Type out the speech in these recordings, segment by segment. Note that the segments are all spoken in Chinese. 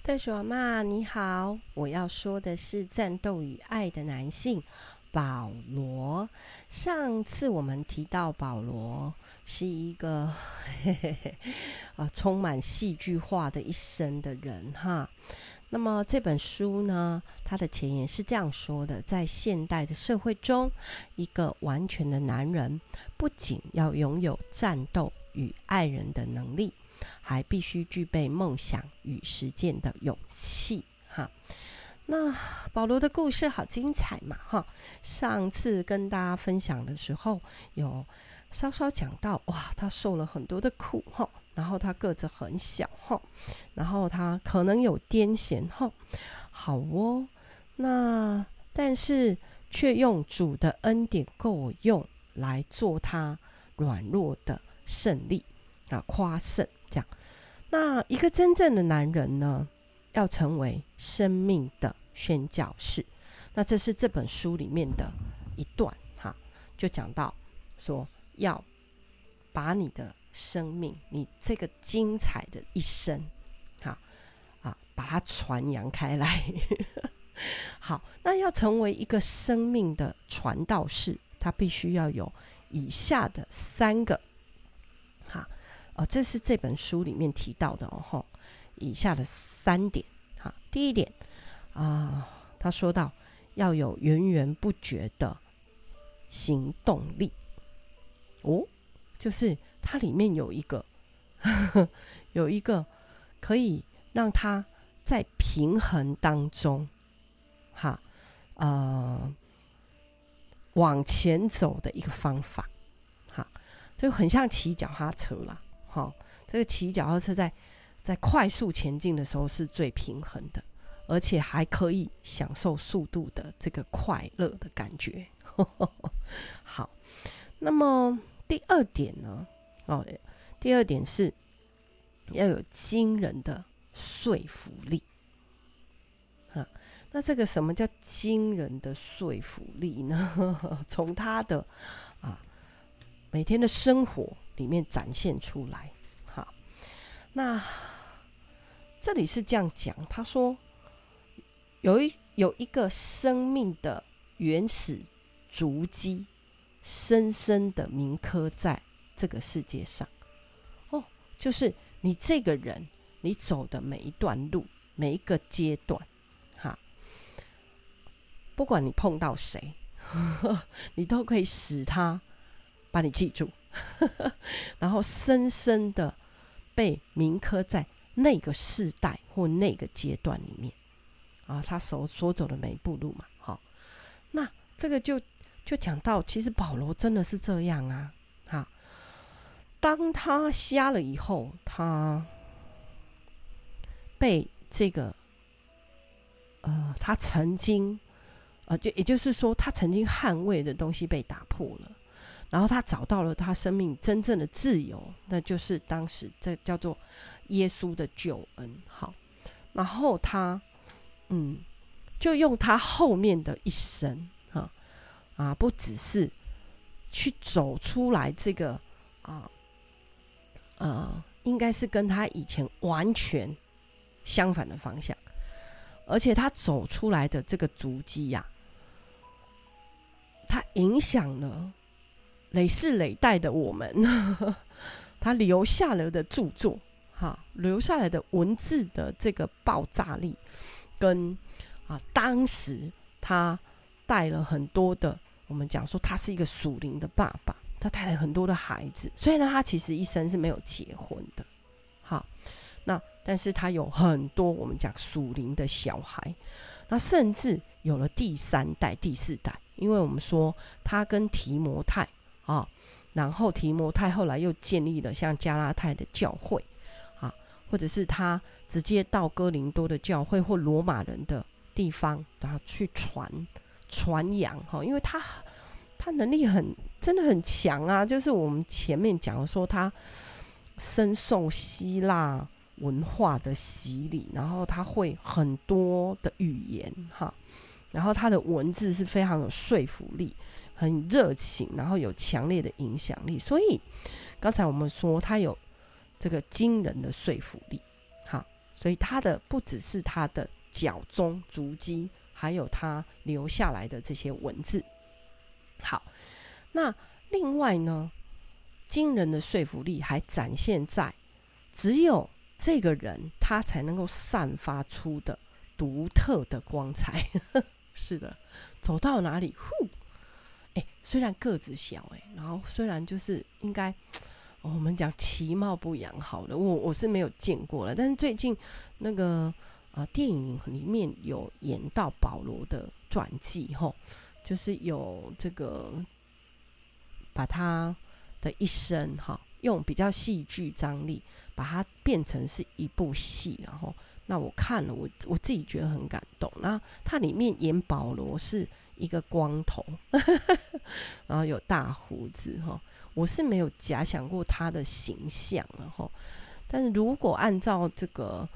袋鼠阿嬷你好，我要说的是战斗与爱的男性保罗。上次我们提到保罗是一个充满戏剧化的一生的人哈。那么这本书呢，它的前言是这样说的：在现代的社会中，一个完全的男人不仅要拥有战斗与爱人的能力，还必须具备梦想与实践的勇气哈。那保罗的故事好精彩嘛哈！上次跟大家分享的时候，有稍稍讲到哇，他受了很多的苦哈，然后他个子很小哈，然后他可能有癫痫哈。好哦，那但是却用主的恩典够我用来做他软弱的胜利啊，夸胜这样。那一个真正的男人呢，要成为生命的宣教士。那这是这本书里面的一段哈，就讲到说要把你的生命，你这个精彩的一生把它传扬开来好，那要成为一个生命的传道士，他必须要有以下的3个这是这本书里面提到的以下的3点第一点他说到要有源源不绝的行动力就是它里面有一个有一个可以让他在平衡当中往前走的一个方法就很像骑脚踏车啦这个骑脚踏车在快速前进的时候是最平衡的，而且还可以享受速度的这个快乐的感觉好，那么第二点呢第二点是要有惊人的说服力那这个什么叫惊人的说服力呢？从他的每天的生活里面展现出来那这里是这样讲，他说有一个生命的原始足迹深深的铭刻在这个世界上就是你这个人，你走的每一段路，每一个阶段不管你碰到谁你都可以使他把你记住然后深深的被铭刻在那个世代或那个阶段里面他所走的每一步路嘛那这个就讲到其实保罗真的是这样当他瞎了以后，他被这个他曾经也就是说他曾经捍卫的东西被打破了，然后他找到了他生命真正的自由，那就是当时这叫做耶稣的救恩然后他就用他后面的一生不只是去走出来这个应该是跟他以前完全相反的方向，而且他走出来的这个足迹他影响了累世累代的我们他留下了的著作留下来的文字的这个爆炸力跟当时他带了很多的，我们讲说他是一个属灵的爸爸，他带了很多的孩子，虽然他其实一生是没有结婚的那但是他有很多我们讲属灵的小孩，那甚至有了第3代第4代，因为我们说他跟提摩太然后提摩太后来又建立了像加拉太的教会或者是他直接到哥林多的教会或罗马人的地方然后去传扬因为他能力真的很强就是我们前面讲说他深受希腊文化的洗礼，然后他会很多的语言然后他的文字是非常有说服力，很热情，然后有强烈的影响力，所以刚才我们说他有这个惊人的说服力所以他的不只是他的脚踪足迹，还有他留下来的这些文字。好，那另外呢，惊人的说服力还展现在只有这个人他才能够散发出的独特的光彩。是的，走到哪里，虽然个子小，然后虽然就是应该我们讲其貌不扬好了，我是没有见过了，但是最近那个电影里面有演到保罗的传记就是有这个把他的一生用比较戏剧张力把它变成是一部戏，然后那我看了我自己觉得很感动。那它里面演保罗是一个光头然后有大胡子我是没有假想过他的形象了但是如果按照这个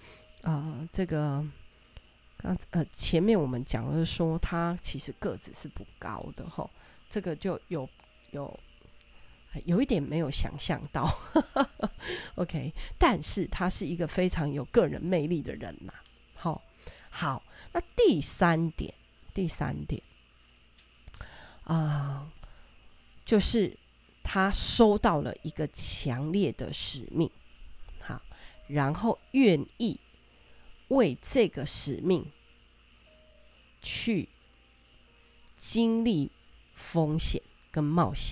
前面我们讲的说他其实个子是不高的这个就有一点没有想象到OK， 但是他是一个非常有个人魅力的人呐。好，那第三点就是他收到了一个强烈的使命，然后愿意为这个使命去经历风险跟冒险。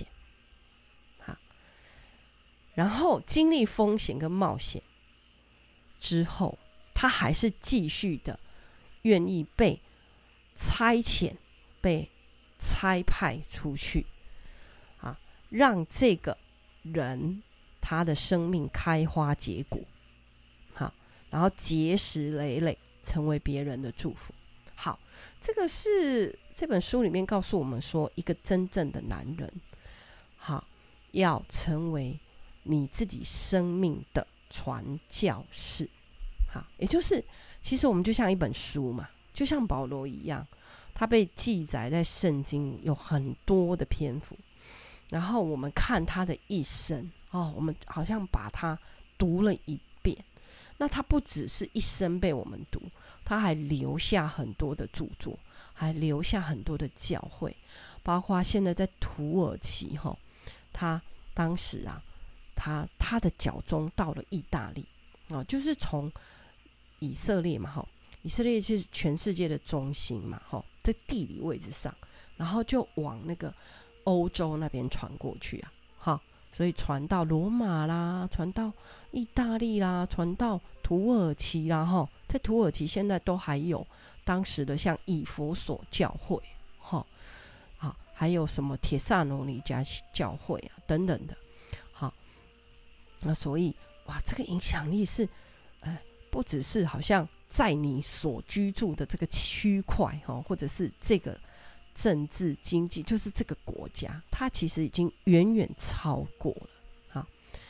然后经历风险跟冒险之后，他还是继续的愿意被差遣、被差派出去让这个人他的生命开花结果然后结实累累，成为别人的祝福。好，这个是这本书里面告诉我们说，一个真正的男人要成为你自己生命的传教士。也就是其实我们就像一本书嘛，就像保罗一样，他被记载在圣经里有很多的篇幅，然后我们看他的一生我们好像把他读了一遍。那他不只是一生被我们读，他还留下很多的著作，还留下很多的教会，包括现在在土耳其他当时他的脚踪到了意大利就是从以色列嘛以色列是全世界的中心嘛在地理位置上，然后就往那个欧洲那边传过去所以传到罗马啦，传到意大利啦，传到土耳其啦在土耳其现在都还有当时的像以弗所教会还有什么帖撒罗尼迦教会等等的那所以这个影响力是不只是好像在你所居住的这个区块或者是这个政治经济，就是这个国家，它其实已经远远超过了。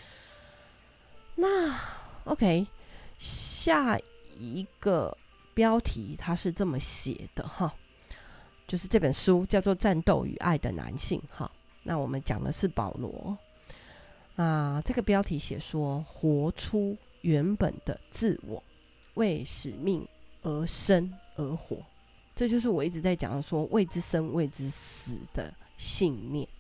那 OK， 下一个标题它是这么写的就是这本书叫做《战斗与爱的男性》那我们讲的是保罗。那这个标题写说，活出原本的自我，为使命而生而活。这就是我一直在讲的说，为之生为之死的信念。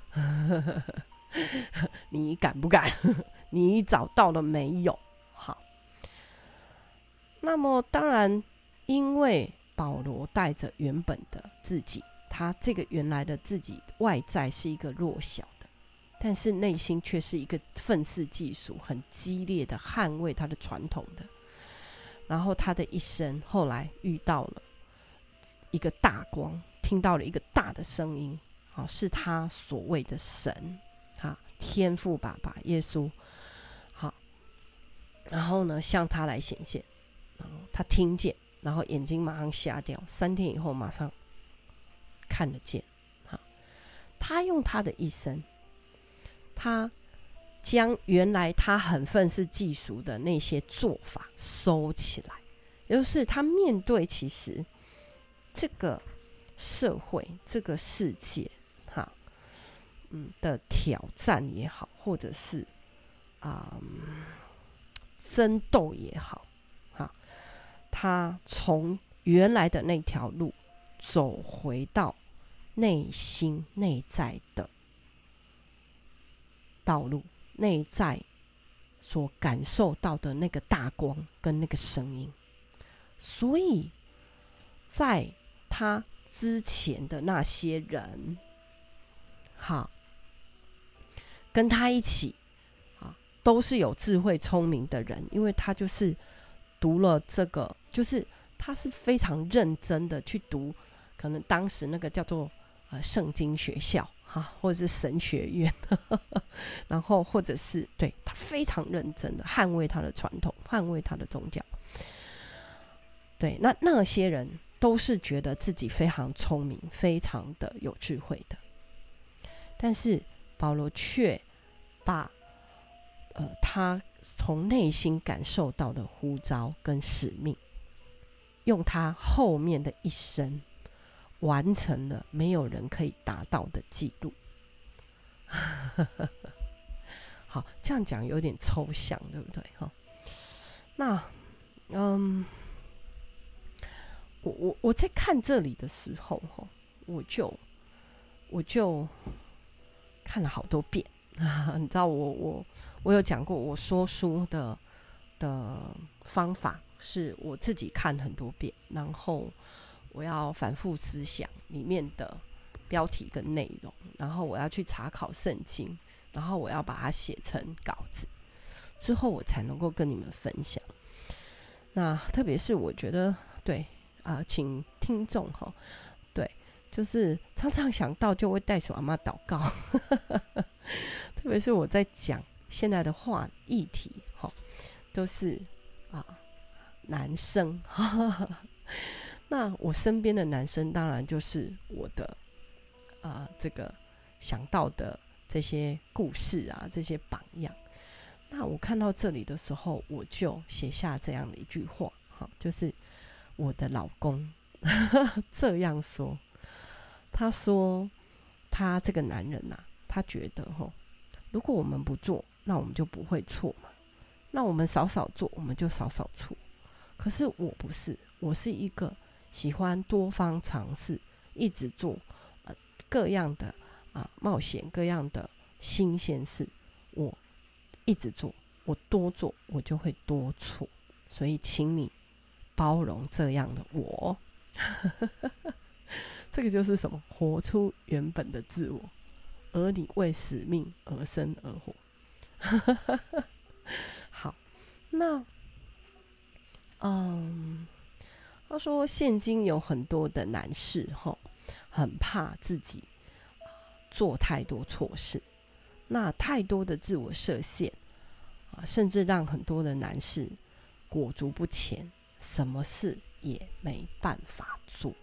你敢不敢？你找到了没有？好，那么当然因为保罗带着原本的自己，他这个原来的自己外在是一个弱小的，但是内心却是一个愤世嫉俗很激烈的捍卫他的传统的。然后他的一生后来遇到了一个大光，听到了一个大的声音是他所谓的神天父爸爸耶稣然后呢向他来显现，然后他听见，然后眼睛马上瞎掉，3天以后马上看得见他用他的一生，他将原来他很愤世嫉俗的那些做法收起来，也就是他面对其实这个社会这个世界的挑战也好，或者是争斗也好他从原来的那条路走回到内心内在的道路，内在所感受到的那个大光跟那个声音。所以在他之前的那些人，好，跟他一起都是有智慧聪明的人，因为他就是读了这个，就是他是非常认真的去读，可能当时那个叫做圣经学校或者是神学院然后或者是对他非常认真的捍卫他的传统，捍卫他的宗教。对，那些人都是觉得自己非常聪明，非常的有智慧的，但是保罗却把他从内心感受到的呼召跟使命，用他后面的一生完成了没有人可以达到的记录好，这样讲有点抽象，对不对？那我在看这里的时候，我就看了好多遍你知道我有讲过，我说书的方法是我自己看很多遍，然后我要反复思想里面的标题跟内容，然后我要去查考圣经，然后我要把它写成稿子，之后我才能够跟你们分享。那特别是我觉得对请听众对，就是常常想到就会带着阿嬷祷告特别是我在讲现在的话议题都是男生那我身边的男生当然就是我的这个想到的这些故事这些榜样。那我看到这里的时候，我就写下这样的一句话就是我的老公这样说，他说他这个男人他觉得如果我们不做，那我们就不会错嘛，那我们少少做，我们就少少错。可是我不是，我是一个喜欢多方尝试，一直做各样的冒险，各样的新鲜事，我一直做，我多做我就会多错，所以请你包容这样的我这个就是什么？活出原本的自我，而你为使命而生而活好，那他说现今有很多的男士很怕自己做太多错事，那太多的自我设限甚至让很多的男士裹足不前，什么事也没办法做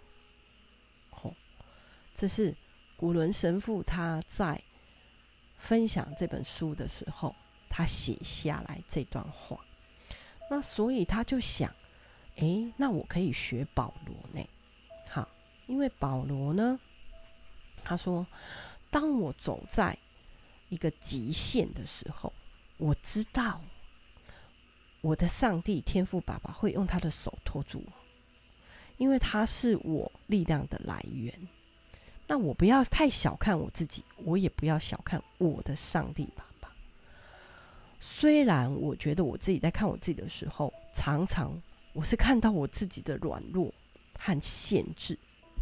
这是古伦神父他在分享这本书的时候，他写下来这段话。那所以他就想那我可以学保罗呢。好，因为保罗呢，他说当我走在一个极限的时候，我知道我的上帝天父爸爸会用他的手托住我，因为他是我力量的来源。那我不要太小看我自己，我也不要小看我的上帝爸爸。虽然我觉得我自己在看我自己的时候，常常我是看到我自己的软弱和限制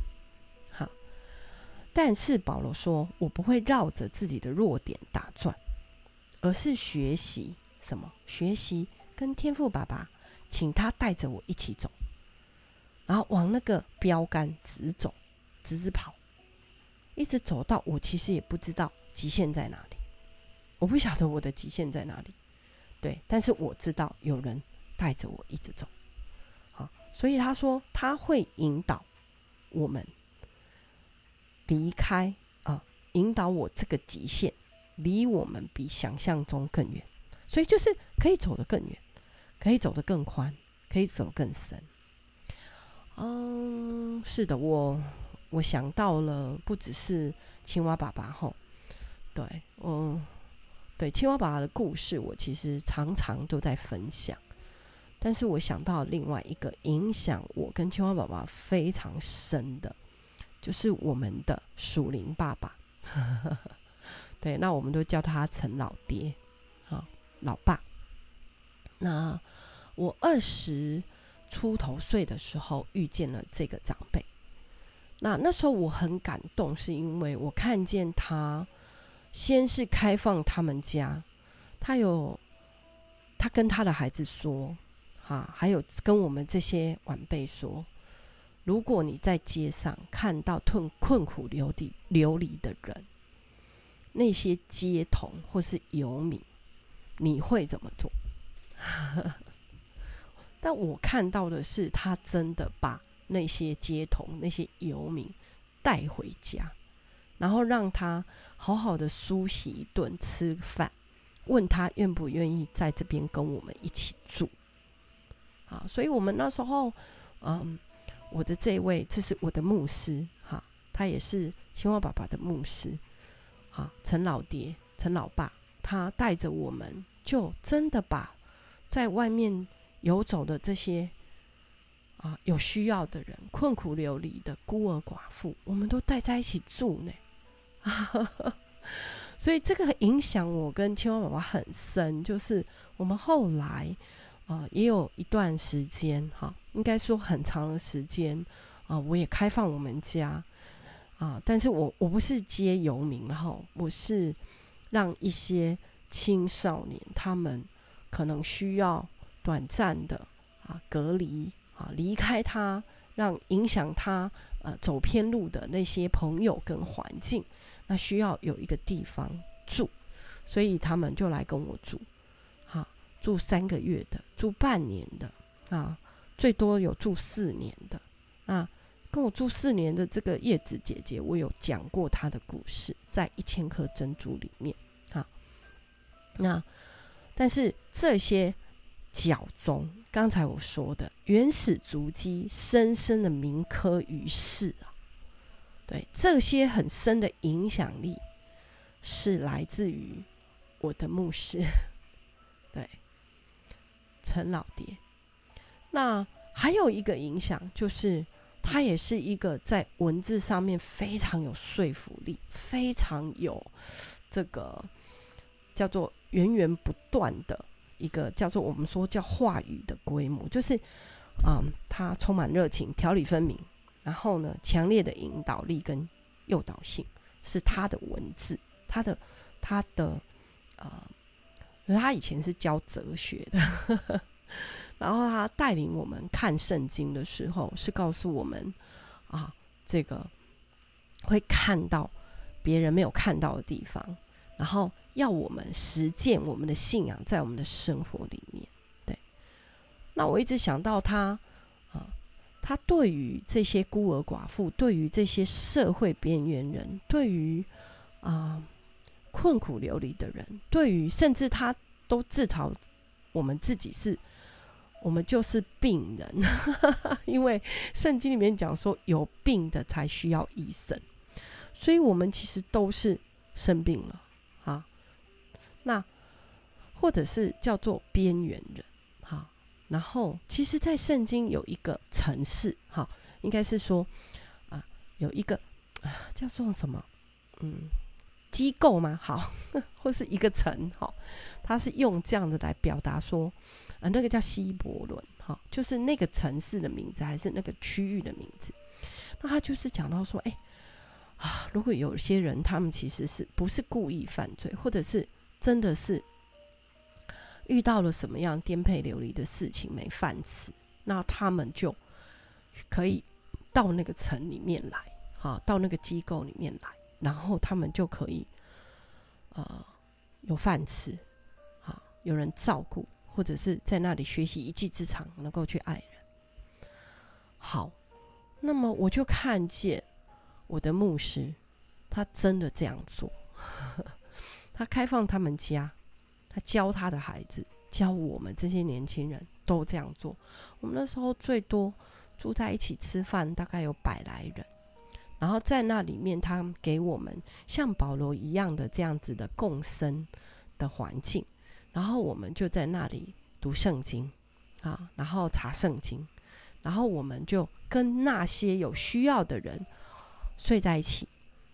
但是保罗说我不会绕着自己的弱点打转，而是学习什么？学习跟天父爸爸请他带着我一起走，然后往那个标杆直走，直跑，一直走到我其实也不知道极限在哪里，我不晓得我的极限在哪里，对，但是我知道有人带着我一直走。好，所以他说他会引导我们离开引导我这个极限离我们比想象中更远，所以就是可以走得更远，可以走得更宽，可以走得更深。是的，我想到了不只是青蛙爸爸对，对，青蛙爸爸的故事我其实常常都在分享。 但是我想到另外一个影响我跟青蛙爸爸非常深的，就是我们的属灵爸爸对，那我们都叫他陈老爹老爸。那我20出头岁的时候遇见了这个长辈，那时候我很感动，是因为我看见他先是开放他们家，他跟他的孩子说还有跟我们这些晚辈说，如果你在街上看到困苦流离的人，那些街童或是游民，你会怎么做？但我看到的是，他真的把那些街童、那些游民带回家，然后让他好好的梳洗一顿，吃饭，问他愿不愿意在这边跟我们一起住。所以我们那时候，我的这位，这是我的牧师，他也是青蛙爸爸的牧师，陈老爹、陈老爸，他带着我们，就真的把在外面游走的这些有需要的人、困苦流离的孤儿寡妇，我们都带在一起住呢。所以这个影响我跟青蛙爸爸很深，就是我们后来也有一段时间应该说很长的时间我也开放我们家但是我不是接游民我是让一些青少年他们可能需要短暂的隔离离开他，让影响他走偏路的那些朋友跟环境，那需要有一个地方住，所以他们就来跟我住住3个月的，住半年的最多有住4年的跟我住4年的这个叶子姐姐，我有讲过她的故事，在1000颗珍珠里面但是这些脚踪，刚才我说的原始足迹深深的铭刻于世对，这些很深的影响力是来自于我的牧师对，陈老爹。那还有一个影响，就是他也是一个在文字上面非常有说服力，非常有这个叫做源源不断的一个叫做我们说叫话语的规模，就是他充满热情，条理分明，然后呢强烈的引导力跟诱导性，是他的文字，他以前是教哲学的然后他带领我们看圣经的时候，是告诉我们这个会看到别人没有看到的地方，然后要我们实践我们的信仰在我们的生活里面。对，那我一直想到他对于这些孤儿寡妇，对于这些社会边缘人，对于困苦流离的人，对于甚至他都自嘲我们自己我们就是病人因为圣经里面讲说有病的才需要医生，所以我们其实都是生病了那或者是叫做边缘人然后其实在圣经有一个城市应该是说有一个叫做什么机构吗？好或是一个城它是用这样的来表达说那个叫希伯伦就是那个城市的名字还是那个区域的名字。那他就是讲到说如果有些人他们其实是不是故意犯罪，或者是真的是遇到了什么样颠沛流离的事情没饭吃，那他们就可以到那个城里面来到那个机构里面来，然后他们就可以有饭吃有人照顾，或者是在那里学习一技之长，能够去爱人。好，那么我就看见我的牧师他真的这样做他开放他们家，他教他的孩子，教我们这些年轻人都这样做。我们那时候最多住在一起吃饭大概有100来人，然后在那里面他给我们像保罗一样的这样子的共生的环境，然后我们就在那里读圣经然后查圣经，然后我们就跟那些有需要的人睡在一起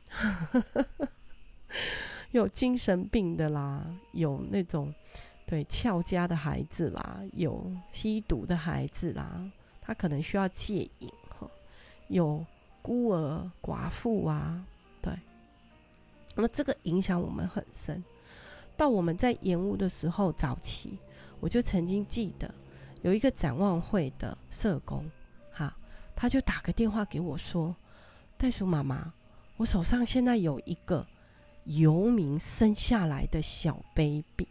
有精神病的啦，有那种对翘家的孩子啦，有吸毒的孩子啦，他可能需要戒瘾，有孤儿寡妇啊，对，那这个影响我们很深。到我们在延误的时候，早期我就曾经记得有一个展望会的社工，他就打个电话给我说，袋鼠妈妈，我手上现在有一个游民生下来的小 baby，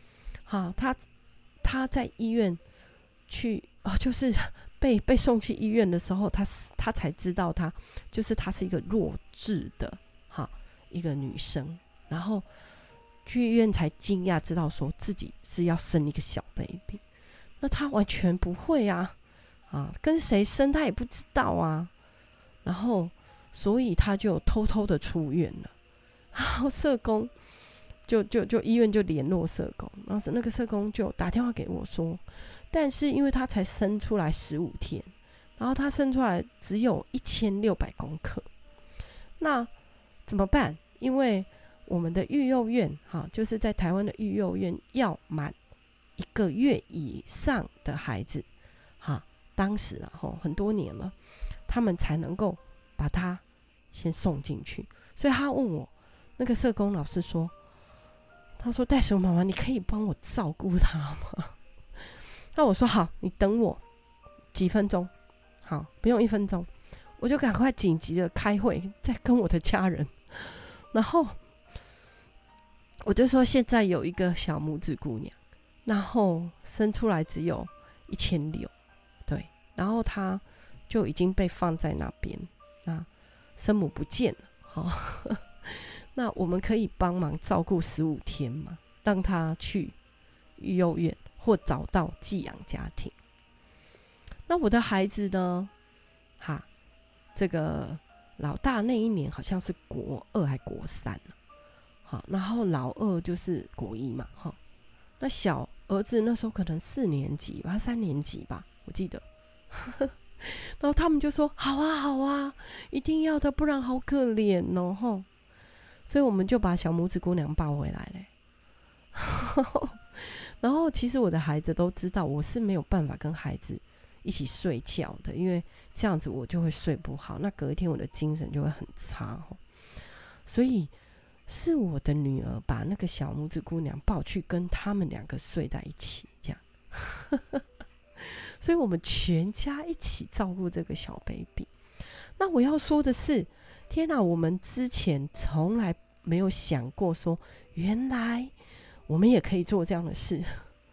他在医院去，就是被送去医院的时候，他才知道他是一个弱智的一个女生，然后去医院才惊讶知道说自己是要生一个小 baby， 那他完全不会啊，跟谁生他也不知道啊，然后所以他就偷偷的出院了，然后社工就医院就联络社工，然后那个社工就打电话给我说，但是因为他才生出来15天，然后他生出来只有1600公克，那怎么办？因为我们的育幼院就是在台湾的育幼院要满1个月以上的孩子，当时很多年了，他们才能够把他先送进去。所以他问我，那个社工老师说，他说袋鼠妈妈，你可以帮我照顾他吗？那我说好，你等我几分钟，好，不用1分钟，我就赶快紧急的开会，再跟我的家人，然后我就说现在有一个小拇指姑娘，然后生出来只有1600，对，然后她就已经被放在那边，那生母不见了，那我们可以帮忙照顾15天吗？让她去育幼院或找到寄养家庭。那我的孩子呢？这个老大那一年好像是国2还国3了，然后老二就是国1嘛，那小儿子那时候可能4年级吧，3年级吧，我记得。然后他们就说好啊好啊，一定要的，不然好可怜哦，所以我们就把小拇指姑娘抱回来了。然后其实我的孩子都知道我是没有办法跟孩子一起睡觉的，因为这样子我就会睡不好，那隔一天我的精神就会很差，所以是我的女儿把那个小拇指姑娘抱去跟他们2个睡在一起，这样。所以我们全家一起照顾这个小 baby。 那我要说的是，天哪，我们之前从来没有想过说原来我们也可以做这样的事，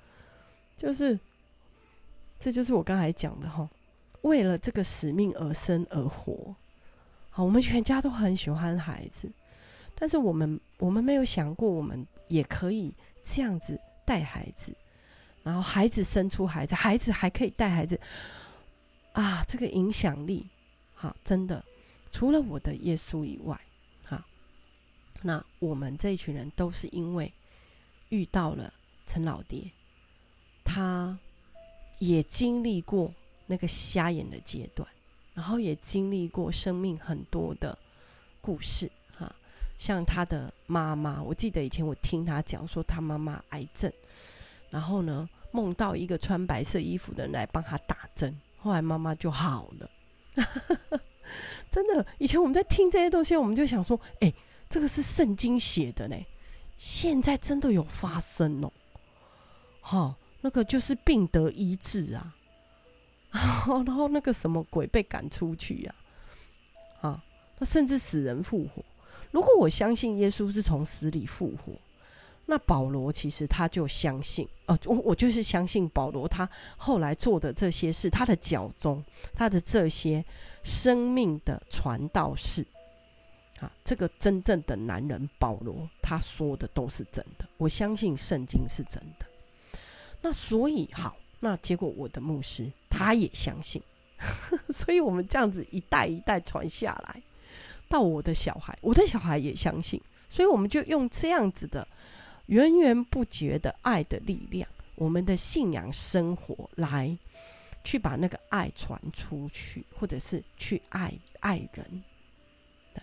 这就是我刚才讲的，为了这个使命而生而活。好，我们全家都很喜欢孩子，但是我们没有想过我们也可以这样子带孩子，然后孩子生出孩子，孩子还可以带孩子啊，这个影响力真的除了我的耶稣以外，那我们这一群人都是因为遇到了陈老爹，他也经历过那个瞎眼的阶段，然后也经历过生命很多的故事，像他的妈妈，我记得以前我听他讲说他妈妈癌症，然后呢梦到一个穿白色衣服的人来帮他打针，后来妈妈就好了。真的，以前我们在听这些东西，我们就想说这个是圣经写的呢，现在真的有发生哦。那个就是病得医治啊，然后那个什么鬼被赶出去啊，那甚至死人复活。如果我相信耶稣是从死里复活，那保罗其实他就相信，我就是相信保罗他后来做的这些事，他的脚踪，他的这些生命的传道事这个真正的男人保罗他说的都是真的，我相信圣经是真的。那所以好，那结果我的牧师他也相信所以我们这样子一代一代传下来，到我的小孩也相信，所以我们就用这样子的源源不绝的爱的力量， 我们的信仰生活来去把那个爱传出去，或者是去爱人。对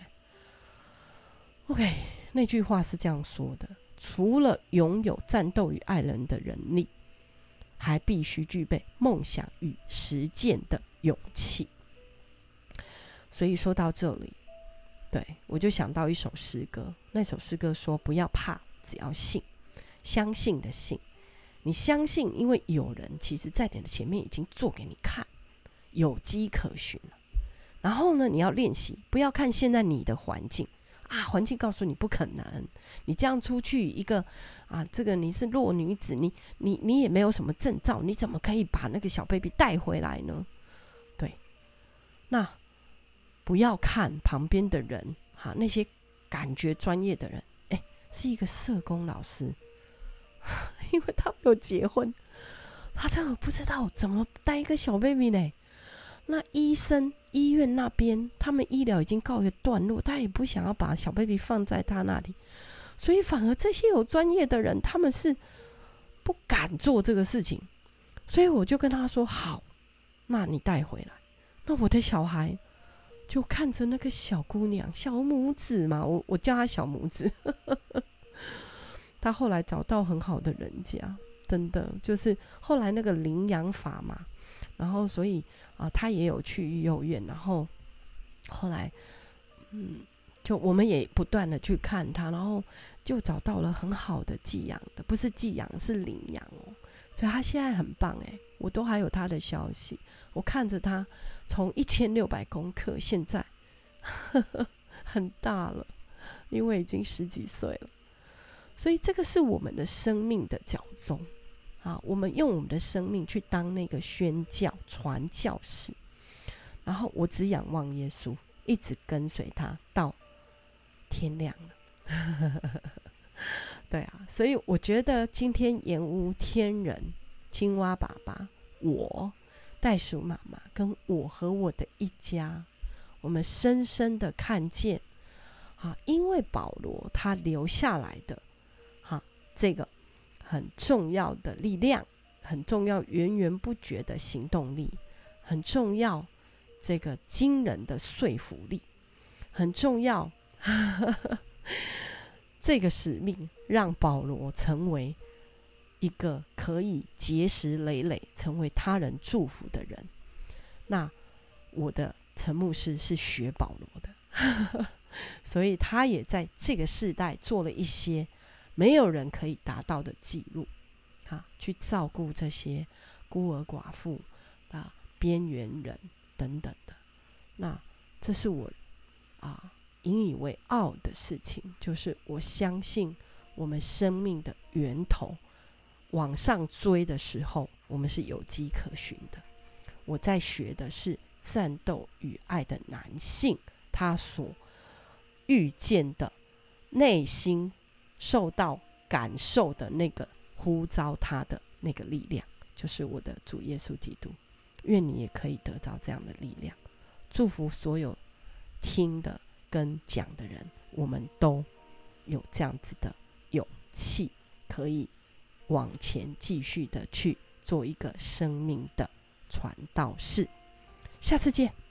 ，OK， 那句话是这样说的：除了拥有战斗与爱人的能力，还必须具备梦想与实践的勇气。所以说到这里，对，我就想到一首诗歌，那首诗歌说：不要怕，只要信。相信的信，你相信，因为有人其实在你的前面已经做给你看，有迹可循了。然后呢，你要练习，不要看现在你的环境啊，环境告诉你不可能，你这样出去一个啊，这个你是弱女子，你也没有什么证照，你怎么可以把那个小 baby 带回来呢？对，那不要看旁边的人哈，那些感觉专业的人，是一个社工老师。因为他没有结婚，他真的不知道怎么带一个小 baby 呢。那医院那边，他们医疗已经告一个段落，他也不想要把小 baby 放在他那里，所以反而这些有专业的人，他们是不敢做这个事情。所以我就跟他说：好，那你带回来。那我的小孩就看着那个小姑娘，小拇指嘛，我叫她小拇指。他后来找到很好的人家，真的就是后来那个领养法嘛，然后所以他也有去育幼院，然后后来就我们也不断的去看他，然后就找到了很好的寄养的，不是寄养是领养哦，所以他现在很棒我都还有他的消息，我看着他从1600公克现在很大了，因为已经10几岁了。所以这个是我们的生命的教宗啊，我们用我们的生命去当那个宣教传教士，然后我只仰望耶稣，一直跟随他到天亮了。对啊，所以我觉得今天盐屋天人、青蛙爸爸、我、袋鼠妈妈跟我和我的一家，我们深深的看见因为保罗他留下来的这个很重要的力量，很重要源源不绝的行动力，很重要这个惊人的说服力，很重要这个使命让保罗成为一个可以结实累累成为他人祝福的人。那我的陈牧师是学保罗的所以他也在这个世代做了一些没有人可以达到的记录去照顾这些孤儿寡妇边缘人等等的。那这是我引以为傲的事情，就是我相信我们生命的源头往上追的时候，我们是有迹可循的。我在学的是战斗与爱的男性，他所遇见的内心受到感受的那个呼召他的那个力量，就是我的主耶稣基督。愿你也可以得到这样的力量。祝福所有听的跟讲的人，我们都有这样子的勇气，可以往前继续的去做一个生命的传道士。下次见。